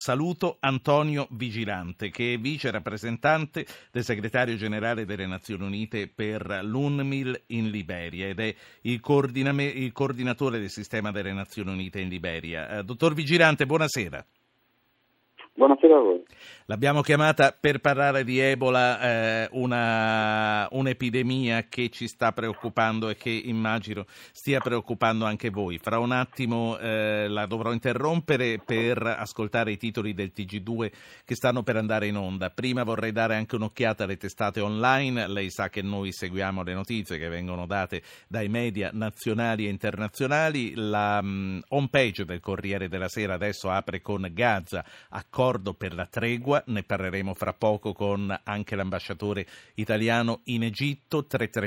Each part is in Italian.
Saluto Antonio Vigilante, che è vice rappresentante del segretario generale delle Nazioni Unite per l'UNMIL in Liberia ed è il coordinatore del sistema delle Nazioni Unite in Liberia. Dottor Vigilante, buonasera. Buonasera a voi. L'abbiamo chiamata per parlare di Ebola, un'epidemia che ci sta preoccupando e che immagino stia preoccupando anche voi. Fra un attimo la dovrò interrompere per ascoltare i titoli del TG2 che stanno per andare in onda. Prima vorrei dare anche un'occhiata alle testate online. Lei sa che noi seguiamo le notizie che vengono date dai media nazionali e internazionali. La home page del Corriere della Sera adesso apre con Gaza, accordo per la tregua, ne parleremo fra poco con anche l'ambasciatore italiano in Egitto.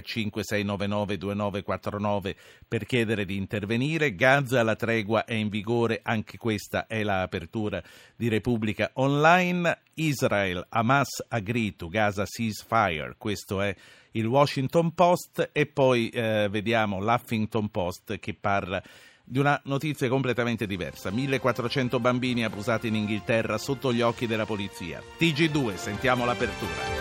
335-699-2949 per chiedere di intervenire. Gaza, la tregua è in vigore, anche questa è l'apertura di Repubblica Online. Israel, Hamas agree to Gaza ceasefire, questo è il Washington Post, e poi vediamo l'Huffington Post che parla di una notizia completamente diversa. 1400 bambini abusati in Inghilterra sotto gli occhi della polizia. TG2, sentiamo l'apertura.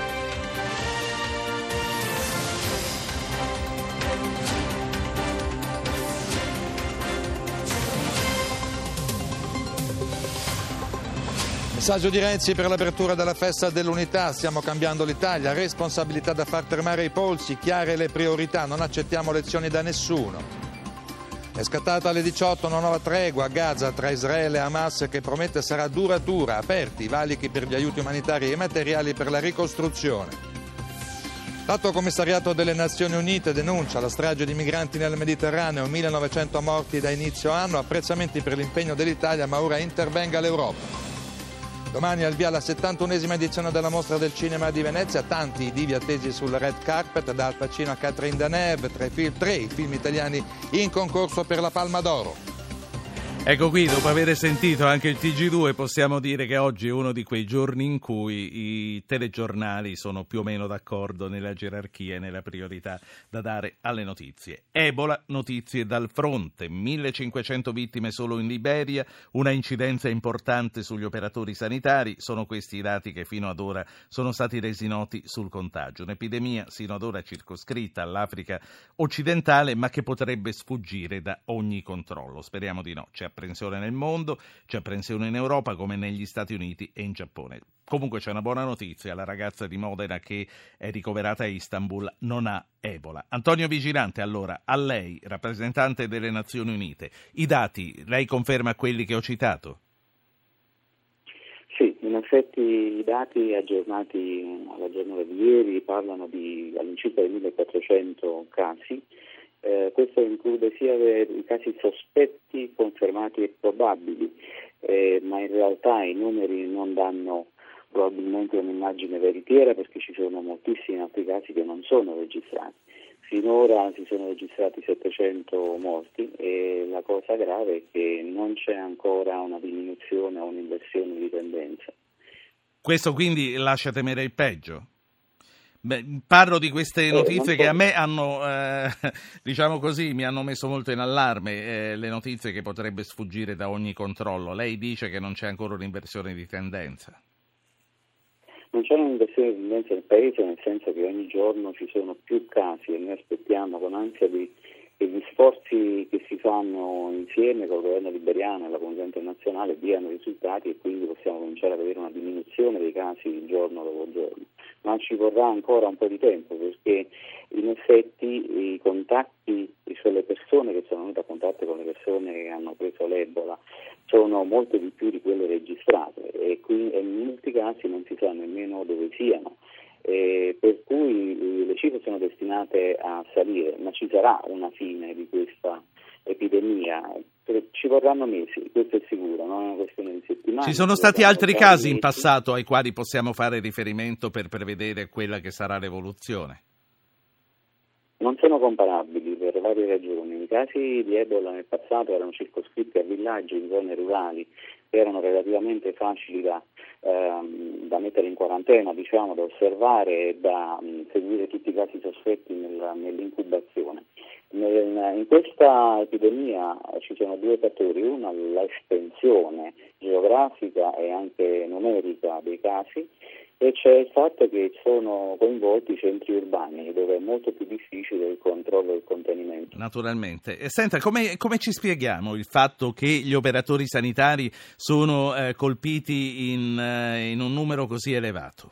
Messaggio di Renzi per l'apertura della festa dell'unità. Stiamo cambiando l'Italia, responsabilità da far tremare i polsi, chiare le priorità, non accettiamo lezioni da nessuno. È scattata alle 18 una nuova tregua a Gaza tra Israele e Hamas che promette sarà duratura, aperti i valichi per gli aiuti umanitari e materiali per la ricostruzione. L'Alto Commissariato delle Nazioni Unite denuncia la strage di migranti nel Mediterraneo, 1900 morti da inizio anno, apprezzamenti per l'impegno dell'Italia, ma ora intervenga l'Europa. Domani al via la 71esima edizione della Mostra del Cinema di Venezia, tanti i divi attesi sul red carpet, da Al Pacino a Catherine Deneuve, tre i film italiani in concorso per la Palma d'Oro. Ecco qui, dopo aver sentito anche il TG2, possiamo dire che oggi è uno di quei giorni in cui i telegiornali sono più o meno d'accordo nella gerarchia e nella priorità da dare alle notizie. Ebola, notizie dal fronte, 1500 vittime solo in Liberia, una incidenza importante sugli operatori sanitari, sono questi i dati che fino ad ora sono stati resi noti sul contagio. Un'epidemia sino ad ora circoscritta all'Africa occidentale, ma che potrebbe sfuggire da ogni controllo. Speriamo di no. C'è apprensione nel mondo, c'è apprensione in Europa come negli Stati Uniti e in Giappone. Comunque c'è una buona notizia, la ragazza di Modena che è ricoverata a Istanbul non ha Ebola. Antonio Vigilante, allora, a lei, rappresentante delle Nazioni Unite, i dati, lei conferma quelli che ho citato? Sì, in effetti i dati aggiornati alla giornata di ieri parlano di all'incirca di 1400 casi. Questo include sia i casi sospetti, confermati e probabili, ma in realtà i numeri non danno probabilmente un'immagine veritiera perché ci sono moltissimi altri casi che non sono registrati. Finora si sono registrati 700 morti e la cosa grave è che non c'è ancora una diminuzione o un'inversione di tendenza. Questo quindi lascia temere il peggio? Parlo di queste notizie che a me hanno, diciamo così, mi hanno messo molto in allarme, le notizie che potrebbe sfuggire da ogni controllo. Lei dice che non c'è ancora un'inversione di tendenza. Non c'è un'inversione di tendenza nel Paese, nel senso che ogni giorno ci sono più casi e noi aspettiamo con ansia che gli sforzi che si fanno insieme col governo liberiano e la comunità internazionale diano risultati e quindi possiamo cominciare a vedere una diminuzione dei casi giorno dopo giorno. Ma ci vorrà ancora un po' di tempo perché in effetti i contatti, cioè le persone che sono venute a contatto con le persone che hanno preso l'Ebola sono molte di più di quelle registrate e in molti casi non si sa nemmeno dove siano. Per cui le cifre sono destinate a salire, ma ci sarà una fine di questa epidemia. Ci vorranno mesi, questo è sicuro, non è una questione di settimane. Ci sono stati altri casi in passato ai quali possiamo fare riferimento per prevedere quella che sarà l'evoluzione? Non sono comparabili per varie ragioni. I casi di Ebola nel passato erano circoscritti a villaggi in zone rurali, che erano relativamente facili da mettere in quarantena, da osservare e da seguire tutti i casi sospetti nell'incubazione. In questa epidemia ci sono due fattori: uno l'estensione geografica e anche numerica dei casi, e c'è il fatto che sono coinvolti i centri urbani, dove è molto più difficile il controllo e il contenimento. Naturalmente. E senta, come ci spieghiamo il fatto che gli operatori sanitari sono colpiti in un numero così elevato?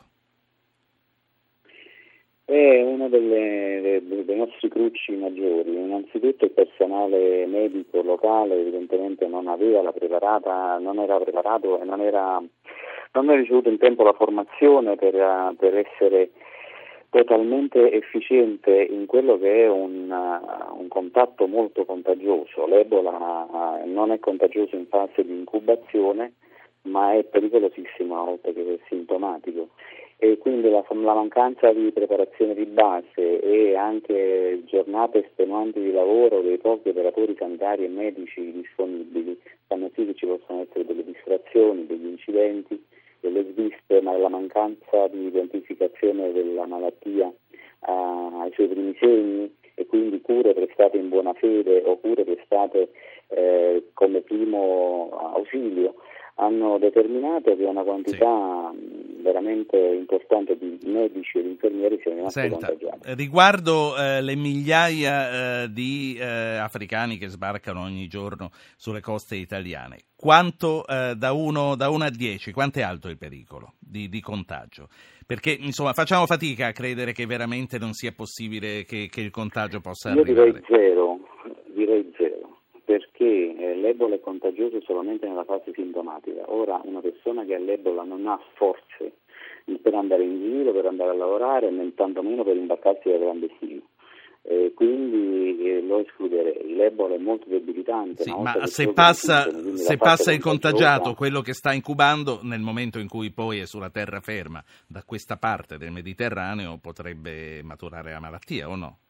È uno dei nostri crucci maggiori. Innanzitutto il personale medico locale evidentemente non era preparato e non ha ricevuto in tempo la formazione per essere totalmente efficiente in quello che è un contatto molto contagioso. L'Ebola non è contagioso in fase di incubazione, ma è pericolosissimo una volta che è sintomatico. E quindi la mancanza di preparazione di base e anche giornate estenuanti di lavoro dei pochi operatori sanitari e medici disponibili fanno sì che ci possano essere delle distrazioni, degli incidenti, delle sviste, ma la mancanza di identificazione della malattia ai suoi primi segni, e quindi cure prestate in buona fede o cure prestate come primo ausilio, hanno determinato che una quantità veramente importante di medici e di infermieri siano rimasti contagiati. Riguardo le migliaia di africani che sbarcano ogni giorno sulle coste italiane, quanto da 1 a 10, quanto è alto il pericolo di contagio? Perché insomma facciamo fatica a credere che veramente non sia possibile che il contagio possa arrivare. Direi zero, perché l'Ebola è contagioso solamente nella fase sintomatica. Ora una persona che ha l'Ebola non ha forze per andare in giro, per andare a lavorare, né tantomeno per imbarcarsi da clandestino. Quindi lo escluderei. L'Ebola è molto debilitante. Sì, ma se passa il contagiato, quello che sta incubando, nel momento in cui poi è sulla terraferma da questa parte del Mediterraneo, potrebbe maturare la malattia o no?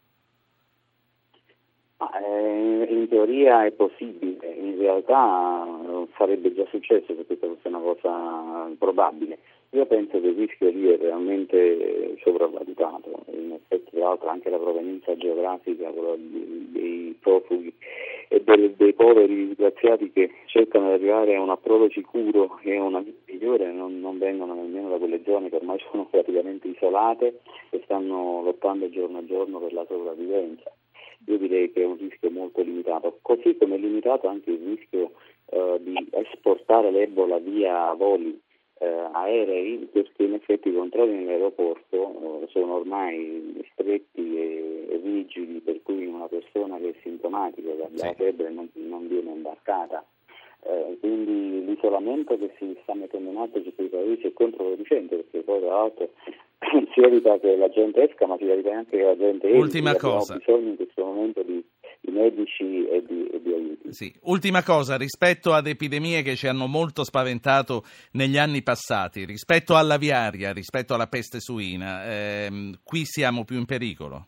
In teoria è possibile, in realtà sarebbe già successo se questa fosse una cosa probabile. Io penso che il rischio lì è realmente sopravvalutato, in effetti tra l'altro anche la provenienza geografica dei profughi e dei poveri disgraziati che cercano di arrivare a un approdo sicuro e a una vita migliore non vengono nemmeno da quelle zone che ormai sono praticamente isolate e stanno lottando giorno a giorno per la sopravvivenza. Io direi che è un rischio molto limitato, così come è limitato anche il rischio di esportare l'Ebola via voli aerei, perché in effetti i controlli nell'aeroporto sono ormai stretti e rigidi, per cui una persona che è sintomatica, che ha la febbre, non viene imbarcata. Quindi l'isolamento che si sta mettendo in atto su quei paesi è controproducente, perché poi tra l'altro si evita che la gente esca, ma si evita anche che la gente esca. Ultima cosa. Abbiamo bisogno in questo momento di medici e di aiuti. Sì. Ultima cosa, rispetto ad epidemie che ci hanno molto spaventato negli anni passati, rispetto all'aviaria, rispetto alla peste suina, qui siamo più in pericolo?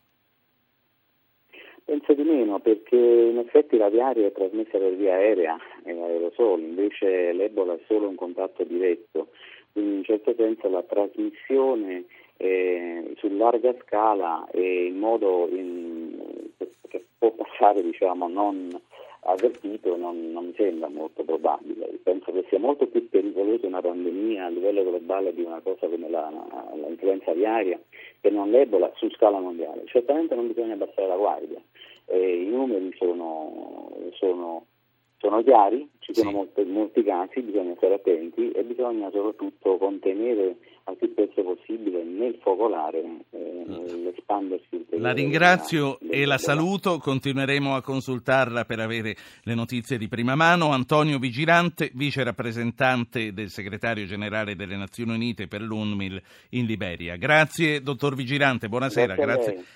Penso di meno, perché in effetti l'aviaria è trasmessa per via aerea e aerosoli, invece l'Ebola è solo un contatto diretto, quindi in un certo senso la trasmissione su larga scala e in modo che può passare non avvertito non mi sembra molto probabile. Penso che sia molto più pericolosa una pandemia a livello globale di una cosa come l'influenza aviaria che non l'Ebola su scala mondiale. Certamente non bisogna abbassare la guardia, i numeri sono chiari, ci sono molti casi, bisogna stare attenti e bisogna soprattutto contenere al più presto possibile nel focolare l'espandersi. La ringrazio e la saluto, continueremo a consultarla per avere le notizie di prima mano. Antonio Vigilante, vice rappresentante del segretario generale delle Nazioni Unite per l'UNMIL in Liberia. Grazie dottor Vigilante, buonasera. Grazie